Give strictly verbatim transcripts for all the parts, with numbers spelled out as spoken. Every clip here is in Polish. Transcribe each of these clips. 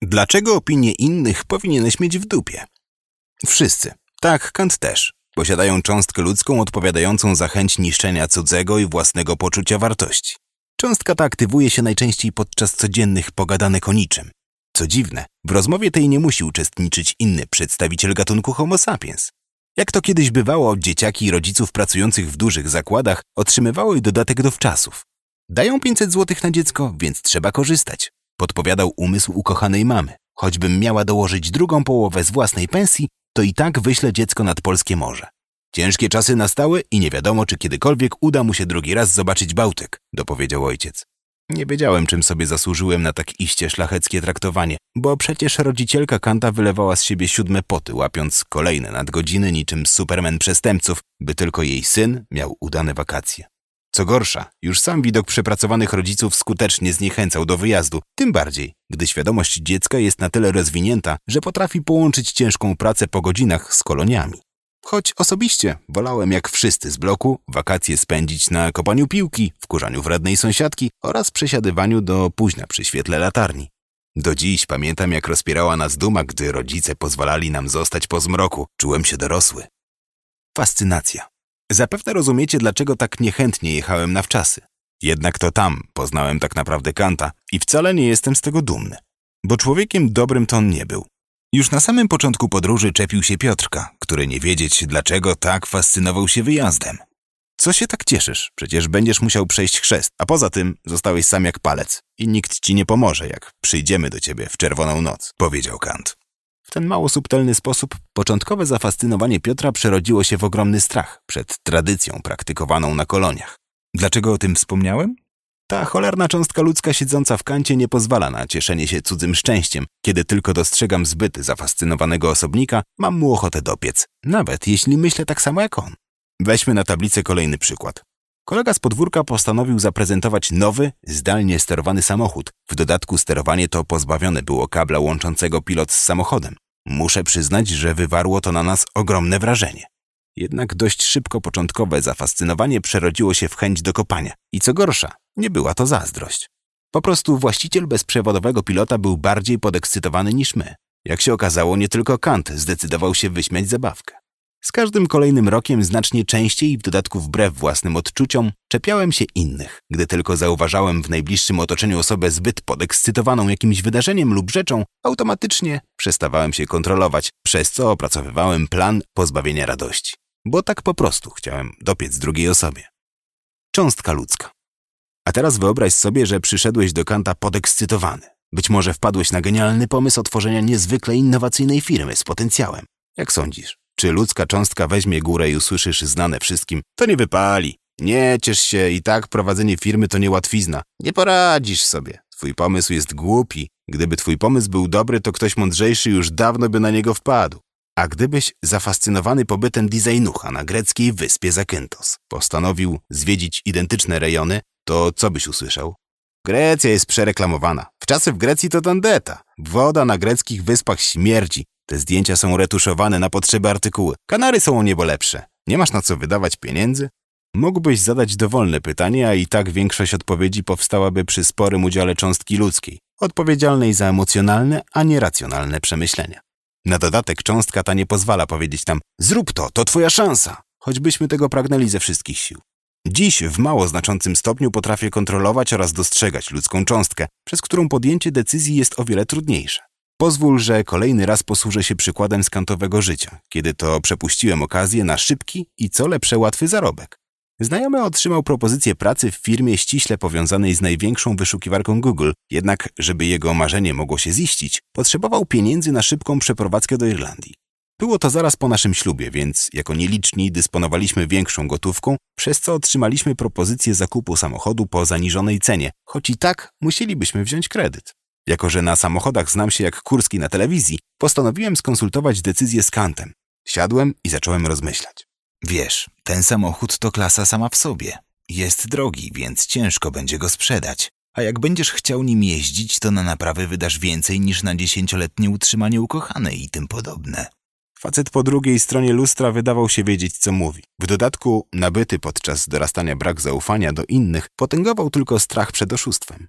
Dlaczego opinie innych powinieneś mieć w dupie? Wszyscy, tak Kant też, posiadają cząstkę ludzką odpowiadającą za chęć niszczenia cudzego i własnego poczucia wartości. Cząstka ta aktywuje się najczęściej podczas codziennych pogadanek o niczym. Co dziwne, w rozmowie tej nie musi uczestniczyć inny przedstawiciel gatunku Homo sapiens. Jak to kiedyś bywało, dzieciaki rodziców pracujących w dużych zakładach otrzymywały dodatek do wczasów. Dają pięćset złotych na dziecko, więc trzeba korzystać, podpowiadał umysł ukochanej mamy. Choćbym miała dołożyć drugą połowę z własnej pensji, to i tak wyślę dziecko nad polskie morze. Ciężkie czasy nastały i nie wiadomo, czy kiedykolwiek uda mu się drugi raz zobaczyć Bałtyk, dopowiedział ojciec. Nie wiedziałem, czym sobie zasłużyłem na tak iście szlacheckie traktowanie, bo przecież rodzicielka Kanta wylewała z siebie siódme poty, łapiąc kolejne nadgodziny niczym Superman przestępców, by tylko jej syn miał udane wakacje. Co gorsza, już sam widok przepracowanych rodziców skutecznie zniechęcał do wyjazdu, tym bardziej, gdy świadomość dziecka jest na tyle rozwinięta, że potrafi połączyć ciężką pracę po godzinach z koloniami. Choć osobiście wolałem jak wszyscy z bloku wakacje spędzić na kopaniu piłki, wkurzaniu wrednej sąsiadki oraz przesiadywaniu do późna przy świetle latarni. Do dziś pamiętam, jak rozpierała nas duma, gdy rodzice pozwalali nam zostać po zmroku. Czułem się dorosły. Fascynacja. Zapewne rozumiecie, dlaczego tak niechętnie jechałem na wczasy. Jednak to tam poznałem tak naprawdę Kanta i wcale nie jestem z tego dumny. Bo człowiekiem dobrym to on nie był. Już na samym początku podróży czepił się Piotrka, który nie wiedzieć dlaczego tak fascynował się wyjazdem. Co się tak cieszysz? Przecież będziesz musiał przejść chrzest, a poza tym zostałeś sam jak palec i nikt ci nie pomoże, jak przyjdziemy do ciebie w czerwoną noc, powiedział Kant. W ten mało subtelny sposób początkowe zafascynowanie Piotra przerodziło się w ogromny strach przed tradycją praktykowaną na koloniach. Dlaczego o tym wspomniałem? Ta cholerna cząstka ludzka siedząca w Kancie nie pozwala na cieszenie się cudzym szczęściem. Kiedy tylko dostrzegam zbyt zafascynowanego osobnika, mam mu ochotę dopiec, nawet jeśli myślę tak samo jak on. Weźmy na tablicę kolejny przykład. Kolega z podwórka postanowił zaprezentować nowy, zdalnie sterowany samochód. W dodatku sterowanie to pozbawione było kabla łączącego pilot z samochodem. Muszę przyznać, że wywarło to na nas ogromne wrażenie. Jednak dość szybko początkowe zafascynowanie przerodziło się w chęć do kopania. I co gorsza, nie była to zazdrość. Po prostu właściciel bezprzewodowego pilota był bardziej podekscytowany niż my. Jak się okazało, nie tylko Kant zdecydował się wyśmiać zabawkę. Z każdym kolejnym rokiem znacznie częściej i w dodatku wbrew własnym odczuciom czepiałem się innych. Gdy tylko zauważałem w najbliższym otoczeniu osobę zbyt podekscytowaną jakimś wydarzeniem lub rzeczą, automatycznie przestawałem się kontrolować, przez co opracowywałem plan pozbawienia radości. Bo tak po prostu chciałem dopiec drugiej osobie. Cząstka ludzka. A teraz wyobraź sobie, że przyszedłeś do Kanta podekscytowany. Być może wpadłeś na genialny pomysł otworzenia niezwykle innowacyjnej firmy z potencjałem. Jak sądzisz? Czy ludzka cząstka weźmie górę i usłyszysz znane wszystkim? To nie wypali. Nie ciesz się, i tak prowadzenie firmy to niełatwizna. Nie poradzisz sobie. Twój pomysł jest głupi. Gdyby twój pomysł był dobry, to ktoś mądrzejszy już dawno by na niego wpadł. A gdybyś, zafascynowany pobytem designucha na greckiej wyspie Zakynthos, postanowił zwiedzić identyczne rejony, to co byś usłyszał? Grecja jest przereklamowana. Wczasy w Grecji to tandeta. Woda na greckich wyspach śmierdzi. Te zdjęcia są retuszowane na potrzeby artykuły. Kanary są o niebo lepsze. Nie masz na co wydawać pieniędzy? Mógłbyś zadać dowolne pytanie, a i tak większość odpowiedzi powstałaby przy sporym udziale cząstki ludzkiej, odpowiedzialnej za emocjonalne, a nie racjonalne przemyślenia. Na dodatek cząstka ta nie pozwala powiedzieć nam: zrób to, to twoja szansa, choćbyśmy tego pragnęli ze wszystkich sił. Dziś w mało znaczącym stopniu potrafię kontrolować oraz dostrzegać ludzką cząstkę, przez którą podjęcie decyzji jest o wiele trudniejsze. Pozwól, że kolejny raz posłużę się przykładem z kantowego życia, kiedy to przepuściłem okazję na szybki i co lepsze łatwy zarobek. Znajomy otrzymał propozycję pracy w firmie ściśle powiązanej z największą wyszukiwarką Google, jednak żeby jego marzenie mogło się ziścić, potrzebował pieniędzy na szybką przeprowadzkę do Irlandii. Było to zaraz po naszym ślubie, więc jako nieliczni dysponowaliśmy większą gotówką, przez co otrzymaliśmy propozycję zakupu samochodu po zaniżonej cenie, choć i tak musielibyśmy wziąć kredyt. Jako że na samochodach znam się jak Kurski na telewizji, postanowiłem skonsultować decyzję z Kantem. Siadłem i zacząłem rozmyślać. Wiesz, ten samochód to klasa sama w sobie. Jest drogi, więc ciężko będzie go sprzedać. A jak będziesz chciał nim jeździć, to na naprawy wydasz więcej niż na dziesięcioletnie utrzymanie ukochanej i tym podobne. Facet po drugiej stronie lustra wydawał się wiedzieć, co mówi. W dodatku nabyty podczas dorastania brak zaufania do innych potęgował tylko strach przed oszustwem.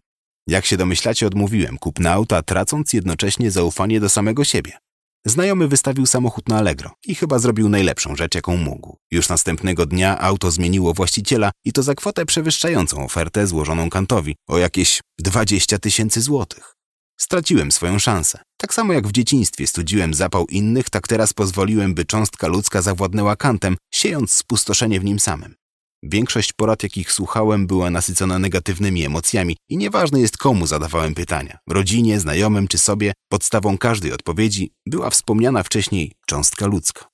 Jak się domyślacie, odmówiłem kupna auta, tracąc jednocześnie zaufanie do samego siebie. Znajomy wystawił samochód na Allegro i chyba zrobił najlepszą rzecz, jaką mógł. Już następnego dnia auto zmieniło właściciela i to za kwotę przewyższającą ofertę złożoną Kantowi o jakieś dwadzieścia tysięcy złotych. Straciłem swoją szansę. Tak samo jak w dzieciństwie studziłem zapał innych, tak teraz pozwoliłem, by cząstka ludzka zawładnęła Kantem, siejąc spustoszenie w nim samym. Większość porad, jakich słuchałem, była nasycona negatywnymi emocjami i nieważne jest, komu zadawałem pytania. Rodzinie, znajomym czy sobie, podstawą każdej odpowiedzi była wspomniana wcześniej cząstka ludzka.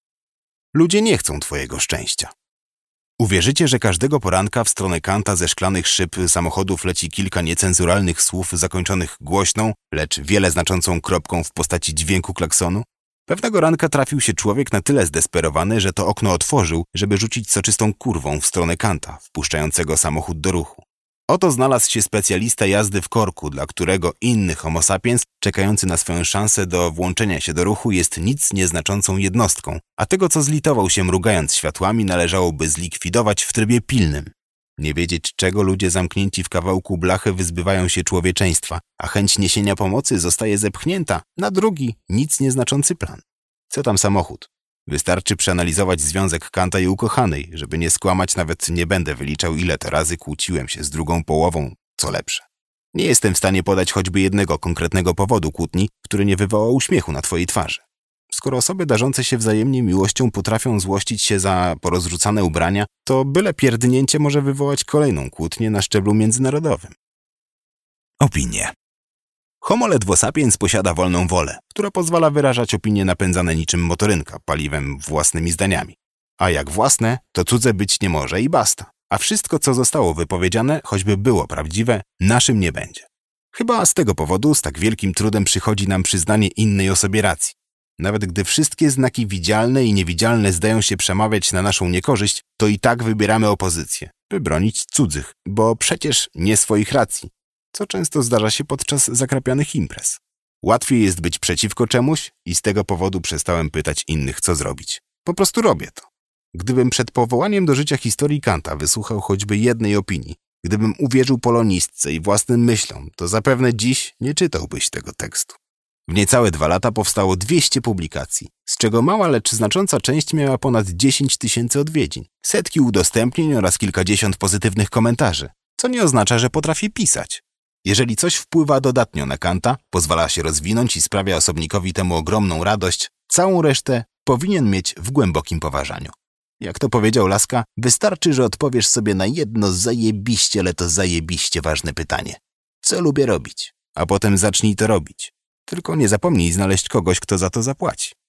Ludzie nie chcą twojego szczęścia. Uwierzycie, że każdego poranka w stronę Kanta ze szklanych szyb samochodów leci kilka niecenzuralnych słów zakończonych głośną, lecz wiele znaczącą kropką w postaci dźwięku klaksonu? Pewnego ranka trafił się człowiek na tyle zdesperowany, że to okno otworzył, żeby rzucić soczystą kurwą w stronę Kanta, wpuszczającego samochód do ruchu. Oto znalazł się specjalista jazdy w korku, dla którego inny homo sapiens, czekający na swoją szansę do włączenia się do ruchu, jest nic nieznaczącą jednostką, a tego, co zlitował się mrugając światłami, należałoby zlikwidować w trybie pilnym. Nie wiedzieć czego, ludzie zamknięci w kawałku blachy wyzbywają się człowieczeństwa, a chęć niesienia pomocy zostaje zepchnięta na drugi, nic nieznaczący plan. Co tam samochód? Wystarczy przeanalizować związek Kanta i ukochanej, żeby nie skłamać, nawet nie będę wyliczał, ile to razy kłóciłem się z drugą połową, co lepsze. Nie jestem w stanie podać choćby jednego konkretnego powodu kłótni, który nie wywołał uśmiechu na twojej twarzy. Skoro osoby darzące się wzajemnie miłością potrafią złościć się za porozrzucane ubrania, to byle pierdnięcie może wywołać kolejną kłótnię na szczeblu międzynarodowym. Opinie. Homo ledwo sapiens posiada wolną wolę, która pozwala wyrażać opinie napędzane niczym motorynka, paliwem własnymi zdaniami. A jak własne, to cudze być nie może i basta. A wszystko, co zostało wypowiedziane, choćby było prawdziwe, naszym nie będzie. Chyba z tego powodu z tak wielkim trudem przychodzi nam przyznanie innej osobie racji. Nawet gdy wszystkie znaki widzialne i niewidzialne zdają się przemawiać na naszą niekorzyść, to i tak wybieramy opozycję, by bronić cudzych, bo przecież nie swoich racji, co często zdarza się podczas zakrapianych imprez. Łatwiej jest być przeciwko czemuś i z tego powodu przestałem pytać innych, co zrobić. Po prostu robię to. Gdybym przed powołaniem do życia historii Kanta wysłuchał choćby jednej opinii, gdybym uwierzył polonistce i własnym myślom, to zapewne dziś nie czytałbyś tego tekstu. W niecałe dwa lata powstało dwieście publikacji, z czego mała, lecz znacząca część miała ponad dziesięć tysięcy odwiedzin, setki udostępnień oraz kilkadziesiąt pozytywnych komentarzy, co nie oznacza, że potrafię pisać. Jeżeli coś wpływa dodatnio na Kanta, pozwala się rozwinąć i sprawia osobnikowi temu ogromną radość, całą resztę powinien mieć w głębokim poważaniu. Jak to powiedział Laska, wystarczy, że odpowiesz sobie na jedno zajebiście, ale to zajebiście ważne pytanie. Co lubię robić? A potem zacznij to robić. Tylko nie zapomnij znaleźć kogoś, kto za to zapłaci.